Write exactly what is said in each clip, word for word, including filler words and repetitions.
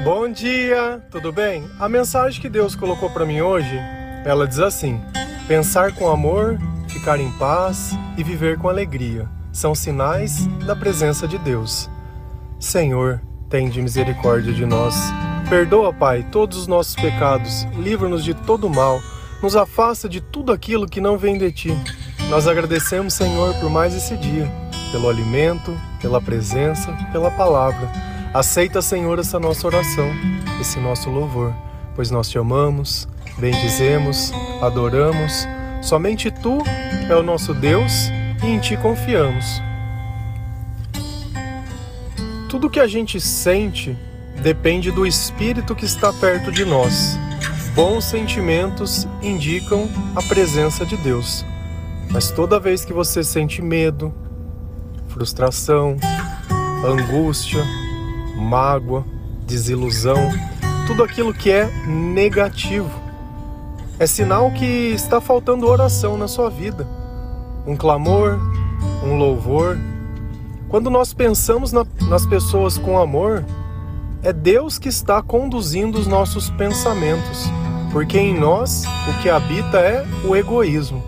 Bom dia, tudo bem? A mensagem que Deus colocou para mim hoje, ela diz assim: pensar com amor, ficar em paz e viver com alegria são sinais da presença de Deus. Senhor, tende misericórdia de nós. Perdoa, Pai, todos os nossos pecados, livra-nos de todo mal, nos afasta de tudo aquilo que não vem de Ti. Nós agradecemos, Senhor, por mais esse dia, pelo alimento, pela presença, pela palavra. Aceita, Senhor, essa nossa oração, esse nosso louvor, pois nós Te amamos, bendizemos, adoramos. Somente Tu é o nosso Deus e em Ti confiamos. Tudo que a gente sente depende do Espírito que está perto de nós. Bons sentimentos indicam a presença de Deus. Mas toda vez que você sente medo, frustração, angústia, mágoa, desilusão, tudo aquilo que é negativo, é sinal que está faltando oração na sua vida. Um clamor, um louvor. Quando nós pensamos na, nas pessoas com amor, é Deus que está conduzindo os nossos pensamentos, porque em nós o que habita é o egoísmo.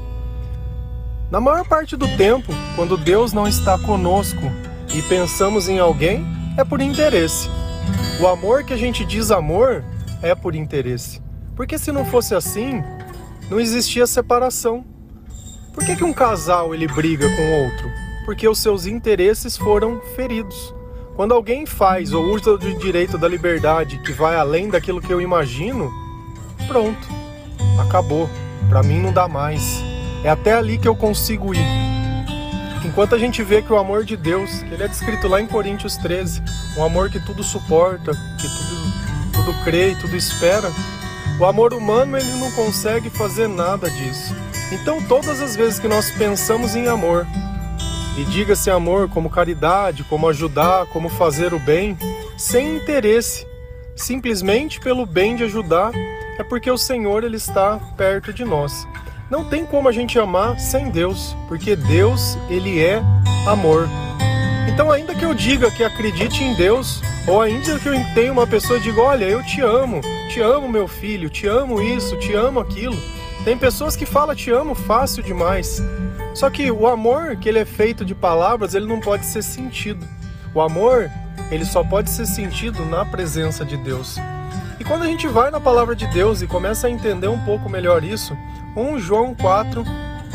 Na maior parte do tempo, quando Deus não está conosco e pensamos em alguém, é por interesse. O amor que a gente diz amor é por interesse. Porque se não fosse assim, não existia separação. Por que que um casal ele briga com o outro? Porque os seus interesses foram feridos. Quando alguém faz ou usa do direito da liberdade que vai além daquilo que eu imagino, pronto, acabou. Para mim não dá mais. É até ali que eu consigo ir. Enquanto a gente vê que o amor de Deus, que ele é descrito lá em Coríntios treze, um amor que tudo suporta, que tudo, tudo crê e tudo espera, o amor humano ele não consegue fazer nada disso. Então todas as vezes que nós pensamos em amor, e diga-se amor como caridade, como ajudar, como fazer o bem, sem interesse, simplesmente pelo bem de ajudar, é porque o Senhor ele está perto de nós. Não tem como a gente amar sem Deus, porque Deus, Ele é amor. Então, ainda que eu diga que acredite em Deus, ou ainda que eu tenha uma pessoa e diga, olha, eu te amo, te amo meu filho, te amo isso, te amo aquilo. Tem pessoas que falam te amo fácil demais. Só que o amor, que ele é feito de palavras, ele não pode ser sentido. O amor, ele só pode ser sentido na presença de Deus. E quando a gente vai na palavra de Deus e começa a entender um pouco melhor isso, Primeiro João quatro,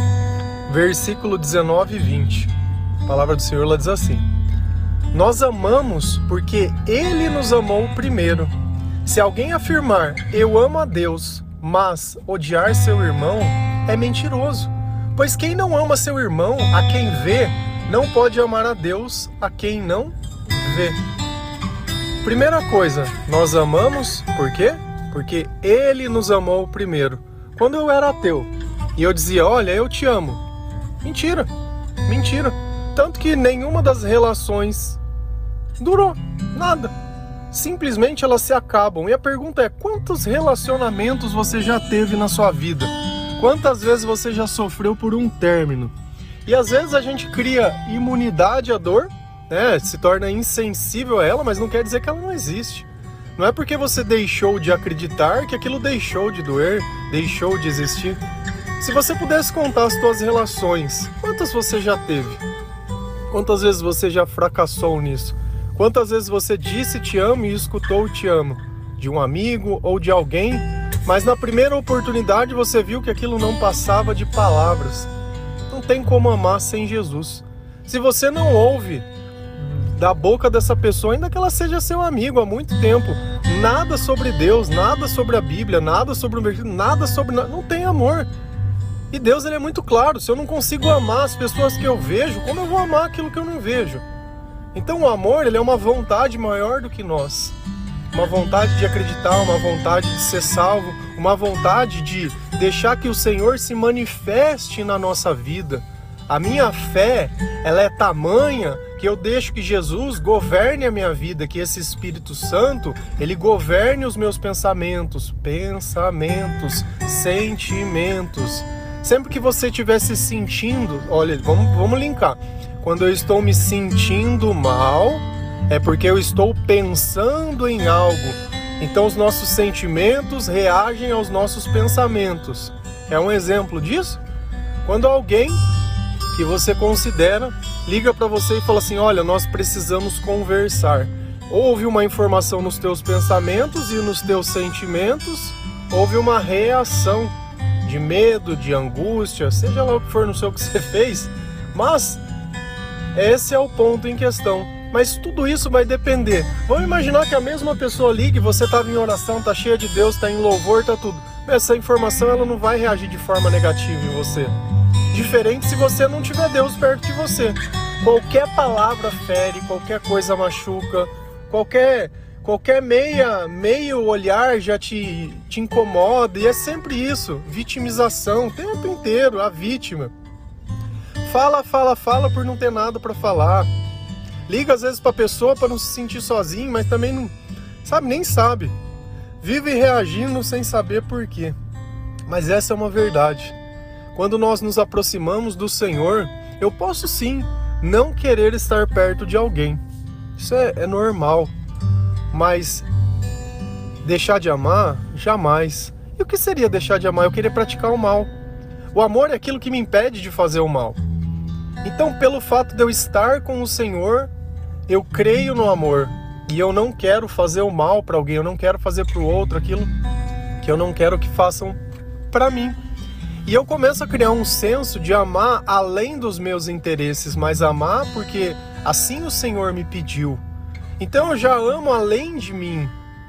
versículo dezenove e vinte. A palavra do Senhor ela diz assim: nós amamos porque Ele nos amou primeiro. Se alguém afirmar, eu amo a Deus, mas odiar seu irmão, é mentiroso. Pois quem não ama seu irmão, a quem vê, não pode amar a Deus, a quem não vê. Primeira coisa, nós amamos, por quê? Porque Ele nos amou primeiro. Quando eu era ateu e eu dizia, olha, eu te amo. Mentira, mentira. Tanto que nenhuma das relações durou, nada. Simplesmente elas se acabam. E a pergunta é, quantos relacionamentos você já teve na sua vida? Quantas vezes você já sofreu por um término? E às vezes a gente cria imunidade à dor, né? Se torna insensível a ela, mas não quer dizer que ela não existe. Não é porque você deixou de acreditar que aquilo deixou de doer, deixou de existir. Se você pudesse contar as suas relações, quantas você já teve? Quantas vezes você já fracassou nisso? Quantas vezes você disse te amo e escutou te amo? De um amigo ou de alguém, mas na primeira oportunidade você viu que aquilo não passava de palavras. Não tem como amar sem Jesus. Se você não ouve da boca dessa pessoa, ainda que ela seja seu amigo há muito tempo, nada sobre Deus, nada sobre a Bíblia, nada sobre o versículo, nada sobre... não tem amor. E Deus ele é muito claro, se eu não consigo amar as pessoas que eu vejo, como eu vou amar aquilo que eu não vejo? Então o amor ele é uma vontade maior do que nós. Uma vontade de acreditar, uma vontade de ser salvo, uma vontade de deixar que o Senhor se manifeste na nossa vida. A minha fé, ela é tamanha que eu deixo que Jesus governe a minha vida, que esse Espírito Santo, ele governe os meus pensamentos, pensamentos, sentimentos. Sempre que você estiver se sentindo, olha, vamos, vamos linkar. Quando eu estou me sentindo mal, é porque eu estou pensando em algo. Então os nossos sentimentos reagem aos nossos pensamentos. É um exemplo disso? Quando alguém que você considera liga para você e fala assim: olha, nós precisamos conversar. Houve uma informação nos teus pensamentos e nos teus sentimentos, houve uma reação de medo, de angústia, seja lá o que for, não sei o que você fez, mas esse é o ponto em questão. Mas tudo isso vai depender. Vamos imaginar que a mesma pessoa ligue, você estava em oração, está cheia de Deus, está em louvor, está tudo. Essa informação ela não vai reagir de forma negativa em você. Diferente se você não tiver Deus perto de você. Qualquer palavra fere, qualquer coisa machuca, qualquer, qualquer meia, meio olhar já te, te incomoda. E é sempre isso, vitimização, o tempo inteiro, a vítima. Fala, fala, fala por não ter nada para falar. Liga às vezes para a pessoa para não se sentir sozinho, mas também não, sabe, nem sabe. Vive reagindo sem saber por quê. Mas essa é uma verdade. Quando nós nos aproximamos do Senhor, eu posso sim não querer estar perto de alguém. Isso é, é normal. Mas deixar de amar, jamais. E o que seria deixar de amar? Eu querer praticar o mal. O amor é aquilo que me impede de fazer o mal. Então, pelo fato de eu estar com o Senhor, eu creio no amor. E eu não quero fazer o mal para alguém, eu não quero fazer para o outro aquilo que eu não quero que façam para mim. E eu começo a criar um senso de amar além dos meus interesses, mas amar porque assim o Senhor me pediu. Então eu já amo além de mim.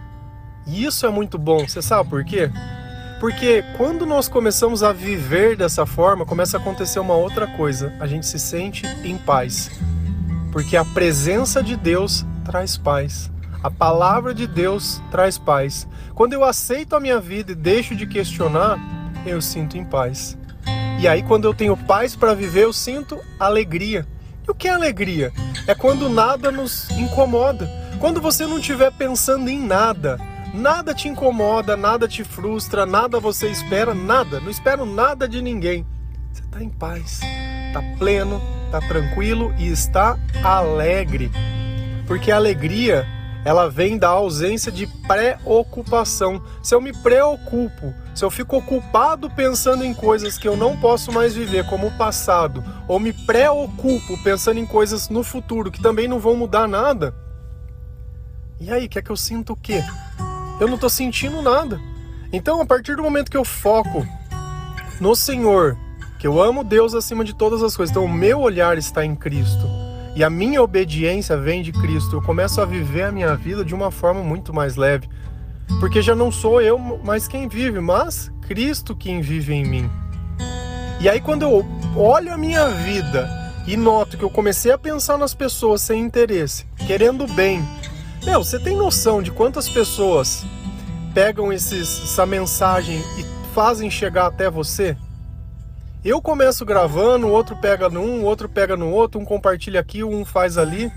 E isso é muito bom. Você sabe por quê? Porque quando nós começamos a viver dessa forma, começa a acontecer uma outra coisa. A gente se sente em paz. Porque a presença de Deus traz paz. A palavra de Deus traz paz. Quando eu aceito a minha vida e deixo de questionar, eu sinto em paz. E aí quando eu tenho paz para viver, eu sinto alegria. E o que é alegria? É quando nada nos incomoda. Quando você não estiver pensando em nada, nada te incomoda, nada te frustra, nada você espera, nada. Não espero nada de ninguém. Você está em paz, está pleno, está tranquilo e está alegre. Porque a alegria, ela vem da ausência de preocupação. Se eu me preocupo, se eu fico ocupado pensando em coisas que eu não posso mais viver, como o passado, ou me preocupo pensando em coisas no futuro que também não vão mudar nada, e aí, quer que eu sinta o quê? Eu não estou sentindo nada. Então, a partir do momento que eu foco no Senhor, que eu amo Deus acima de todas as coisas, então o meu olhar está em Cristo, e a minha obediência vem de Cristo, eu começo a viver a minha vida de uma forma muito mais leve. Porque já não sou eu mais quem vive, mas Cristo quem vive em mim. E aí quando eu olho a minha vida e noto que eu comecei a pensar nas pessoas sem interesse, querendo bem. Meu, você tem noção de quantas pessoas pegam esses, essa mensagem e fazem chegar até você? Eu começo gravando, o outro pega num, o outro pega no outro, um compartilha aqui, um faz ali.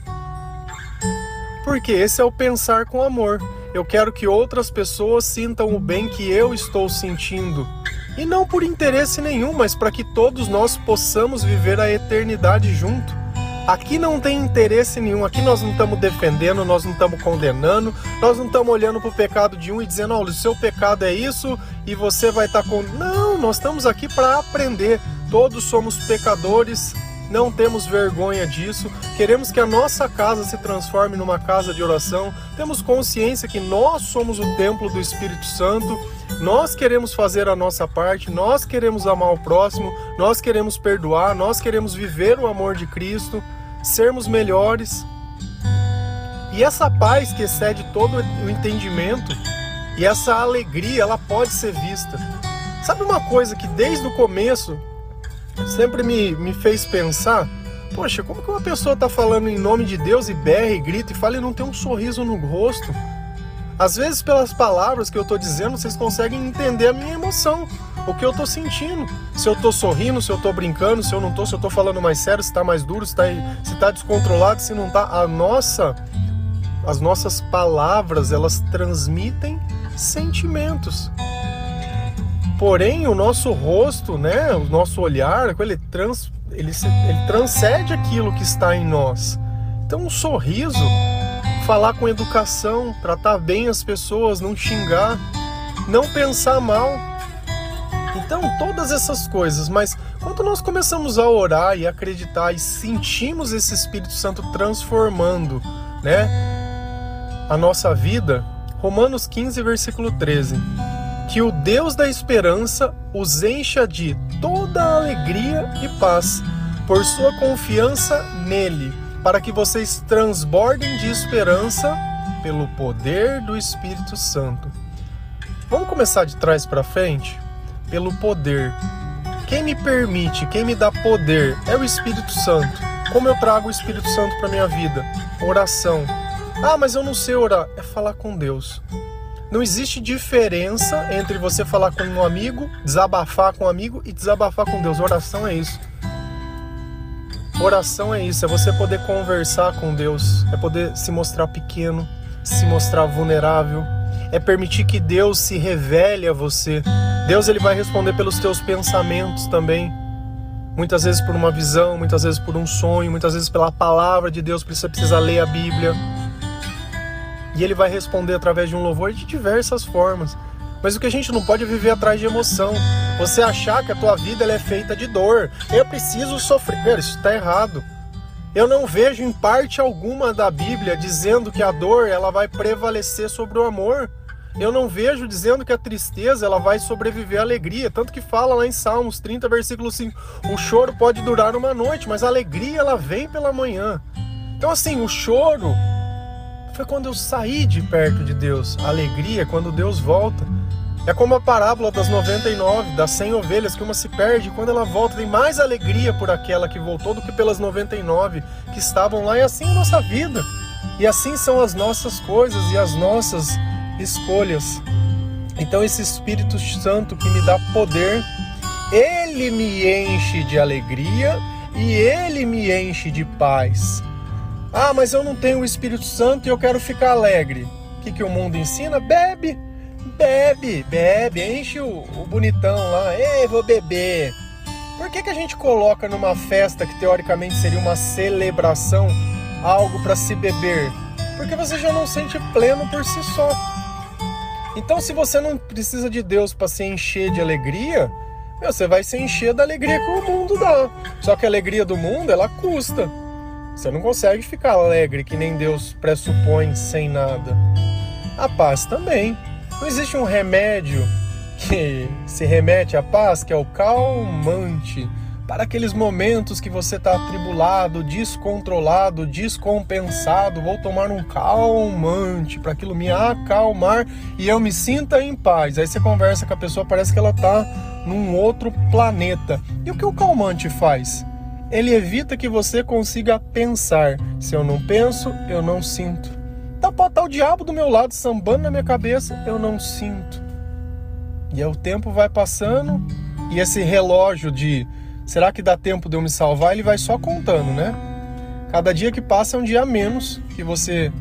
Porque esse é o pensar com amor. Eu quero que outras pessoas sintam o bem que eu estou sentindo. E não por interesse nenhum, mas para que todos nós possamos viver a eternidade junto. Aqui não tem interesse nenhum, aqui nós não estamos defendendo, nós não estamos condenando, nós não estamos olhando para o pecado de um e dizendo, olha, o seu pecado é isso e você vai estar com... Não, nós estamos aqui para aprender. Todos somos pecadores, não temos vergonha disso, queremos que a nossa casa se transforme numa casa de oração, temos consciência que nós somos o templo do Espírito Santo, nós queremos fazer a nossa parte, nós queremos amar o próximo, nós queremos perdoar, nós queremos viver o amor de Cristo, sermos melhores. E essa paz que excede todo o entendimento e essa alegria, ela pode ser vista. Sabe uma coisa que desde o começo sempre me, me fez pensar? Poxa, como que uma pessoa está falando em nome de Deus e berra e grita e fala e não tem um sorriso no rosto? Às vezes pelas palavras que eu estou dizendo, vocês conseguem entender a minha emoção, o que eu estou sentindo. Se eu estou sorrindo, se eu estou brincando, se eu não estou, se eu estou falando mais sério, se está mais duro, se está se tá descontrolado, se não está. A nossa, as nossas palavras, elas transmitem sentimentos. Porém, o nosso rosto, né, o nosso olhar, ele, trans, ele, ele transcende aquilo que está em nós. Então, um sorriso falar com educação, tratar bem as pessoas, não xingar, não pensar mal. Então, todas essas coisas, mas quando nós começamos a orar e acreditar e sentimos esse Espírito Santo transformando, né, a nossa vida, Romanos quinze, versículo treze, que o Deus da esperança os encha de toda alegria e paz, por sua confiança nele, para que vocês transbordem de esperança pelo poder do Espírito Santo. Vamos começar de trás para frente? Pelo poder. Quem me permite, quem me dá poder é o Espírito Santo. Como eu trago o Espírito Santo para minha vida? Oração. Ah, mas eu não sei orar. É falar com Deus. Não existe diferença entre você falar com um amigo, desabafar com um amigo e desabafar com Deus. Oração é isso. Oração é isso, é você poder conversar com Deus, é poder se mostrar pequeno, se mostrar vulnerável, é permitir que Deus se revele a você. Deus, ele vai responder pelos teus pensamentos também, muitas vezes por uma visão, muitas vezes por um sonho, muitas vezes pela palavra de Deus, você precisa ler a Bíblia. E ele vai responder através de um louvor de diversas formas. Mas o que a gente não pode é viver atrás de emoção. Você achar que a tua vida ela é feita de dor. Eu preciso sofrer. Cara, isso está errado. Eu não vejo em parte alguma da Bíblia dizendo que a dor ela vai prevalecer sobre o amor. Eu não vejo dizendo que a tristeza ela vai sobreviver à alegria. Tanto que fala lá em Salmos trinta, versículo cinco. O choro pode durar uma noite, mas a alegria ela vem pela manhã. Então assim, o choro foi quando eu saí de perto de Deus. A alegria é quando Deus volta. É como a parábola das noventa e nove, das cem ovelhas, que uma se perde, e quando ela volta tem mais alegria por aquela que voltou do que pelas noventa e nove que estavam lá. E assim é a nossa vida. E assim são as nossas coisas e as nossas escolhas. Então esse Espírito Santo que me dá poder, ele me enche de alegria e ele me enche de paz. Ah, mas eu não tenho o Espírito Santo e eu quero ficar alegre. O que, que o mundo ensina? Bebe! Bebe, bebe, enche o, o bonitão lá. Ei, vou beber. Por que, que a gente coloca numa festa que teoricamente seria uma celebração algo para se beber? Porque você já não sente pleno por si só. Então se você não precisa de Deus para se encher de alegria, você vai se encher da alegria que o mundo dá. Só que a alegria do mundo, ela custa. Você não consegue ficar alegre que nem Deus pressupõe sem nada. A paz também. Não existe um remédio que se remete à paz, que é o calmante, para aqueles momentos que você está atribulado, descontrolado, descompensado. Vou tomar um calmante para aquilo me acalmar e eu me sinta em paz. Aí você conversa com a pessoa, parece que ela está num outro planeta. E o que o calmante faz? Ele evita que você consiga pensar. Se eu não penso, eu não sinto. Tá, tá o diabo do meu lado sambando na minha cabeça, eu não sinto. E aí o tempo vai passando e esse relógio de será que dá tempo de eu me salvar, ele vai só contando, né? Cada dia que passa é um dia a menos que você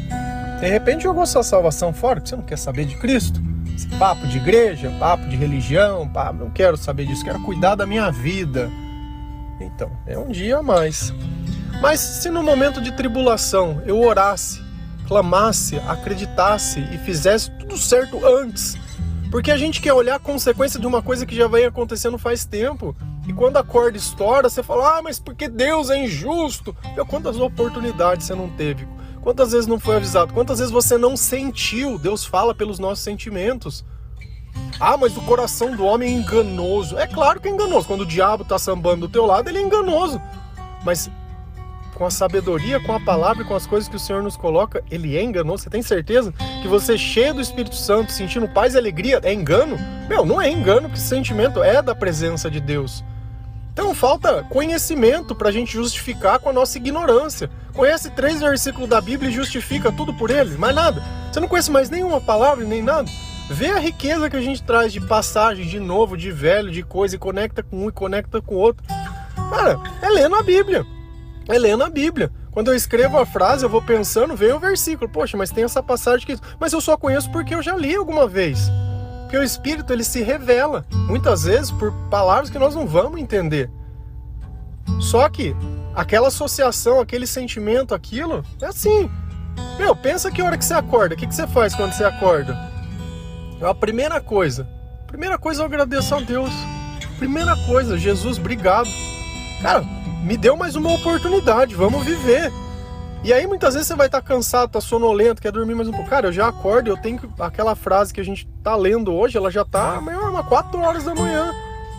de repente jogou sua salvação fora, porque você não quer saber de Cristo. Esse papo de igreja, papo de religião, papo, não quero saber disso, quero cuidar da minha vida. Então, é um dia a mais. Mas se no momento de tribulação eu orasse, clamasse, acreditasse e fizesse tudo certo antes, porque a gente quer olhar a consequência de uma coisa que já vem acontecendo faz tempo, e quando a corda estoura, você fala, ah, mas porque Deus é injusto. Meu, quantas oportunidades você não teve? Quantas vezes não foi avisado? Quantas vezes você não sentiu? Deus fala pelos nossos sentimentos. Ah, mas o coração do homem é enganoso. É claro que é enganoso. Quando o diabo está sambando do teu lado, ele é enganoso. Mas com a sabedoria, com a palavra e com as coisas que o Senhor nos coloca, ele é enganoso. Você tem certeza que você cheio do Espírito Santo, sentindo paz e alegria, é engano? Meu, não é engano, porque esse sentimento é da presença de Deus. Então falta conhecimento para a gente justificar com a nossa ignorância. Conhece três versículos da Bíblia e justifica tudo por ele, mais nada. Você não conhece mais nenhuma palavra, nem nada. Vê a riqueza que a gente traz de passagem, de novo, de velho, de coisa, e conecta com um e conecta com o outro. Cara, é lendo a Bíblia. É lendo a Bíblia. Quando eu escrevo a frase, eu vou pensando, vem o versículo. Poxa, mas tem essa passagem que... Mas eu só conheço porque eu já li alguma vez. Porque o Espírito, ele se revela. Muitas vezes por palavras que nós não vamos entender. Só que aquela associação, aquele sentimento, aquilo, é assim. Meu, pensa que hora que você acorda. O que, que você faz quando você acorda? A primeira coisa. Primeira coisa eu agradeço a Deus. Primeira coisa, Jesus, obrigado. Cara, me deu mais uma oportunidade, vamos viver. E aí muitas vezes você vai estar cansado, tá sonolento, quer dormir mais um pouco. Cara, eu já acordo, eu tenho que... Aquela frase que a gente tá lendo hoje, ela já tá umas quatro horas da manhã.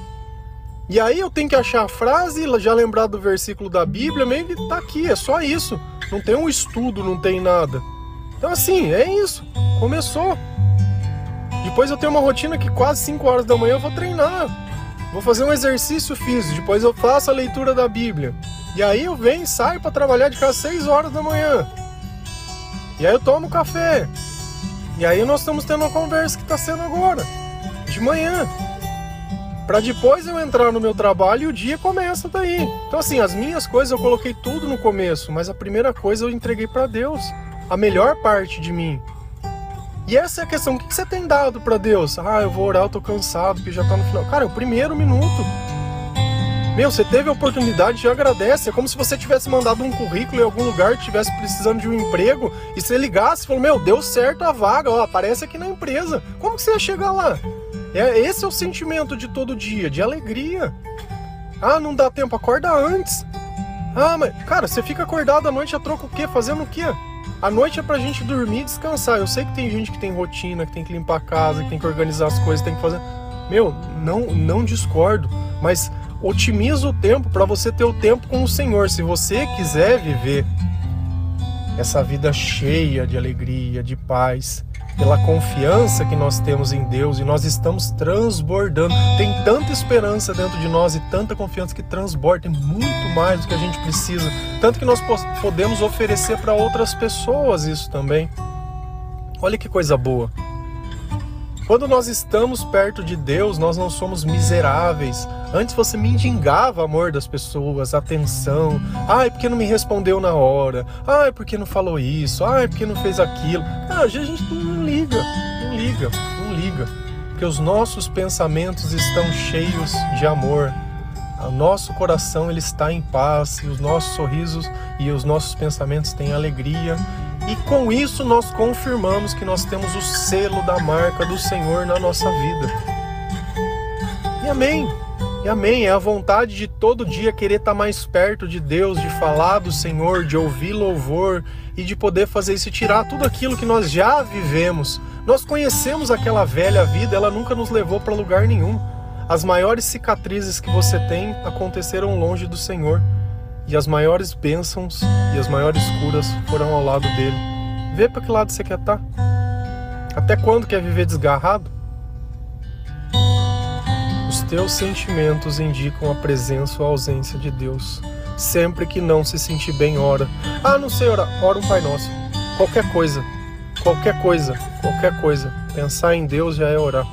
E aí eu tenho que achar a frase, já lembrar do versículo da Bíblia, meio que tá aqui, é só isso. Não tem um estudo, não tem nada. Então assim, é isso. Começou. Depois eu tenho uma rotina que quase cinco horas da manhã eu vou treinar. Vou fazer um exercício físico, depois eu faço a leitura da Bíblia. E aí eu venho e saio para trabalhar de casa às seis horas da manhã. E aí eu tomo café. E aí nós estamos tendo uma conversa que está sendo agora, de manhã. Para depois eu entrar no meu trabalho e o dia começa daí. Então assim, as minhas coisas eu coloquei tudo no começo, mas a primeira coisa eu entreguei para Deus. A melhor parte de mim. E essa é a questão, o que você tem dado para Deus? Ah, eu vou orar, eu tô cansado, porque já tá no final. Cara, é o primeiro minuto. Meu, você teve a oportunidade, já agradece. É como se você tivesse mandado um currículo em algum lugar, tivesse precisando de um emprego, e você ligasse e falou, meu, deu certo a vaga, ó, aparece aqui na empresa. Como que você ia chegar lá? É, esse é o sentimento de todo dia, de alegria. Ah, não dá tempo, acorda antes. Ah, mas, cara, você fica acordado à noite a troco o quê? Fazendo o quê? A noite é pra gente dormir e descansar. Eu sei que tem gente que tem rotina, que tem que limpar a casa, que tem que organizar as coisas, tem que fazer... Meu, não, não discordo, mas otimiza o tempo para você ter o tempo com o Senhor. Se você quiser viver essa vida cheia de alegria, de paz, pela confiança que nós temos em Deus, e nós estamos transbordando. Tem tanta esperança dentro de nós e tanta confiança que transborda, tem muito mais do que a gente precisa. Tanto que nós podemos oferecer para outras pessoas isso também. Olha que coisa boa. Quando nós estamos perto de Deus, nós não somos miseráveis. Antes você mendigava amor das pessoas, atenção. Ai, porque não me respondeu na hora. Ai, porque não falou isso. Ai, porque não fez aquilo. Ah, hoje a gente não liga, não liga, não liga. Porque os nossos pensamentos estão cheios de amor. O nosso coração ele está em paz, e os nossos sorrisos e os nossos pensamentos têm alegria. E com isso nós confirmamos que nós temos o selo da marca do Senhor na nossa vida. E amém. E amém, é a vontade de todo dia querer estar mais perto de Deus, de falar do Senhor, de ouvir louvor e de poder fazer isso e tirar tudo aquilo que nós já vivemos. Nós conhecemos aquela velha vida, ela nunca nos levou para lugar nenhum. As maiores cicatrizes que você tem aconteceram longe do Senhor. E as maiores bênçãos e as maiores curas foram ao lado dele. Vê para que lado você quer estar. Até quando quer viver desgarrado? Os teus sentimentos indicam a presença ou a ausência de Deus. Sempre que não se sentir bem, ora. Ah, não sei orar. Ora um Pai Nosso. Qualquer coisa. Qualquer coisa. Qualquer coisa. Pensar em Deus já é orar.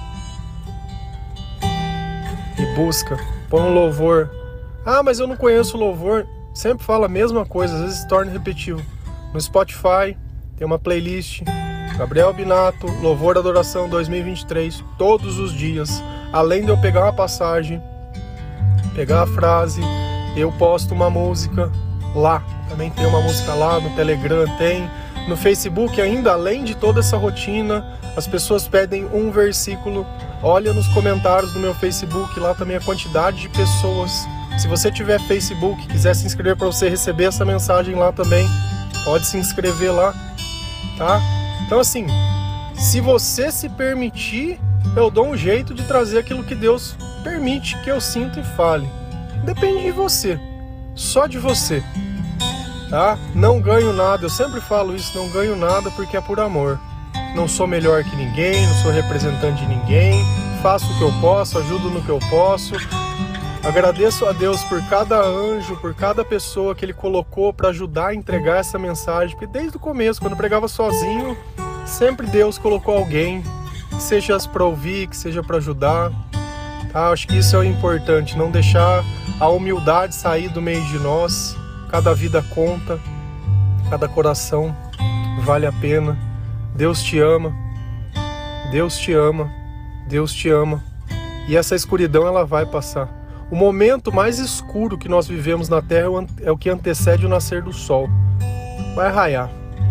E busca. Põe um louvor. Ah, mas eu não conheço louvor. Sempre fala a mesma coisa, às vezes se torna repetitivo. No Spotify tem uma playlist, Gabriel Binato, Louvor Adoração dois mil e vinte e três, todos os dias. Além de eu pegar uma passagem, pegar a frase, eu posto uma música lá. Também tem uma música lá, no Telegram tem. No Facebook ainda, além de toda essa rotina, as pessoas pedem um versículo. Olha nos comentários do meu Facebook, lá também a quantidade de pessoas. Se você tiver Facebook, quiser se inscrever para você receber essa mensagem lá também, pode se inscrever lá, tá? Então assim, se você se permitir, eu dou um jeito de trazer aquilo que Deus permite que eu sinta e fale. Depende de você, só de você, tá? Não ganho nada, eu sempre falo isso, não ganho nada porque é por amor. Não sou melhor que ninguém, não sou representante de ninguém, faço o que eu posso, ajudo no que eu posso. Agradeço a Deus por cada anjo, por cada pessoa que Ele colocou para ajudar a entregar essa mensagem. Porque desde o começo, quando eu pregava sozinho, sempre Deus colocou alguém, que seja para ouvir, que seja para ajudar. Tá? Acho que isso é o importante, não deixar a humildade sair do meio de nós. Cada vida conta, cada coração vale a pena. Deus te ama, Deus te ama, Deus te ama. E essa escuridão ela vai passar. O momento mais escuro que nós vivemos na Terra é o que antecede o nascer do sol. Vai raiar.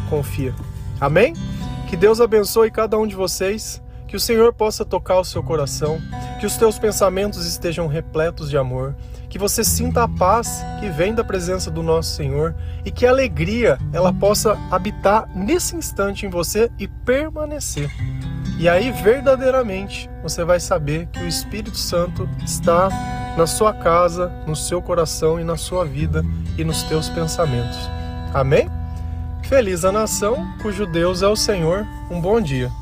confia. Amém? Que Deus abençoe cada um de vocês, que o Senhor possa tocar o seu coração, que os teus pensamentos estejam repletos de amor, que você sinta a paz que vem da presença do nosso Senhor e que a alegria ela possa habitar nesse instante em você e permanecer. E aí, verdadeiramente, você vai saber que o Espírito Santo está na sua casa, no seu coração e na sua vida e nos teus pensamentos. Amém? Feliz a nação cujo Deus é o Senhor. Um bom dia.